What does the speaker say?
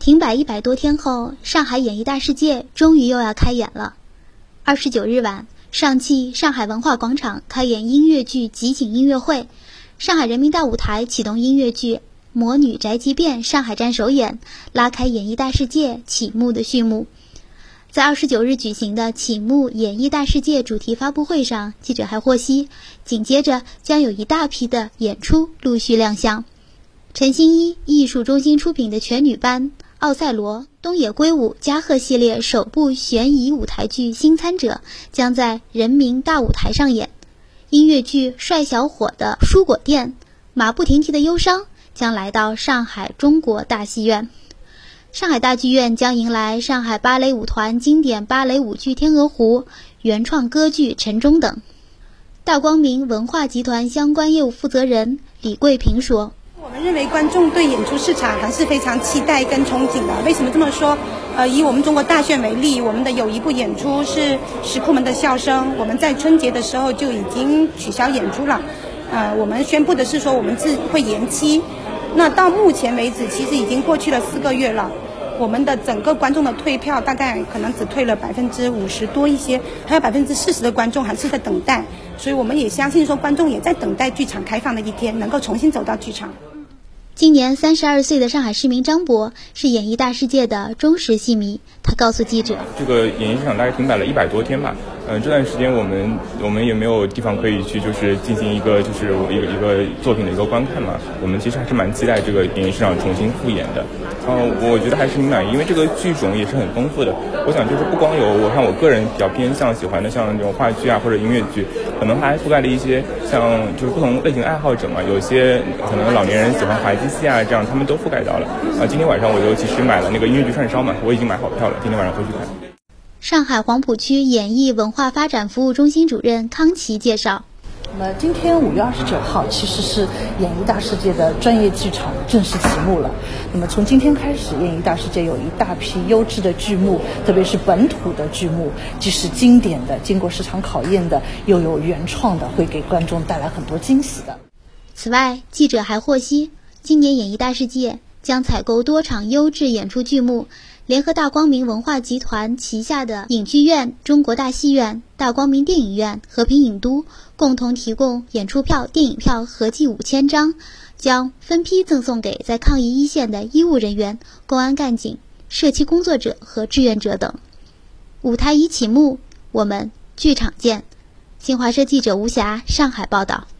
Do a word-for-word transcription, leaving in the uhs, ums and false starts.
停摆一百多天后，上海演艺大世界终于又要开演了。二十九日晚，上汽上海文化广场开演音乐剧集锦音乐会，上海人民大舞台启动音乐剧《魔女宅急便》上海站首演，拉开演艺大世界启幕的序幕。在二十九日举行的启幕演艺大世界主题发布会上，记者还获悉，紧接着将有一大批的演出陆续亮相。陈新一艺术中心出品的全女班《奥赛罗东野圭吾加贺系列首部悬疑舞台剧《新参者》将在人民大舞台上演。音乐剧《帅小伙的蔬果店》马不停蹄的忧伤将来到上海中国大戏院。上海大剧院将迎来上海芭蕾舞团经典芭蕾舞剧《天鹅湖》、原创歌剧《晨钟》等。大光明文化集团相关业务负责人李桂平说， 我们认为观众对演出市场还是非常期待跟憧憬的。为什么这么说？呃，以我们中国大剧院为例，我们的有一部演出是《石库门的笑声》，我们在春节的时候就已经取消演出了。呃，我们宣布的是说我们是会延期。那到目前为止，其实已经过去了四个月了。我们的整个观众的退票大概可能只退了百分之五十多一些，还有百分之四十的观众还是在等待。所以我们也相信说，观众也在等待剧场开放的一天，能够重新走到剧场。 今年三十二岁的上海市民张博是演艺大世界的忠实戏迷，他告诉记者， 这个演艺市场大概停摆了一百多天吧。嗯、呃，这段时间我们我们也没有地方可以去，就是进行一个就是一个一个作品的一个观看嘛。我们其实还是蛮期待这个演艺市场重新复演的。嗯、呃，我觉得还是挺满意，因为这个剧种也是很丰富的。我想就是不光有我像我个人比较偏向喜欢的像这种话剧啊或者音乐剧，可能还覆盖了一些像就是不同类型的爱好者嘛。有些可能老年人喜欢滑稽戏啊，这样他们都覆盖到了。啊，今天晚上我就其实买了那个音乐剧串烧嘛，我已经买好票了，今天晚上回去看。 上海黄浦区演艺文化发展服务中心主任康琪介绍， 那么今天五月二十九号其实是演艺大世界的专业剧场正式启幕了。那么从今天开始，演艺大世界有一大批优质的剧目，特别是本土的剧目，既是经典的经过市场考验的，又有原创的，会给观众带来很多惊喜的。 此外，记者还获悉，今年演艺大世界将采购多场优质演出剧目，联合大光明文化集团旗下的影剧院、中国大戏院、大光明电影院、和平影都共同提供演出票、电影票合计五千张，将分批赠送给在抗疫一线的医务人员、公安干警、社区工作者和志愿者等。舞台已启幕，我们剧场见。新华社记者吴霞上海报道。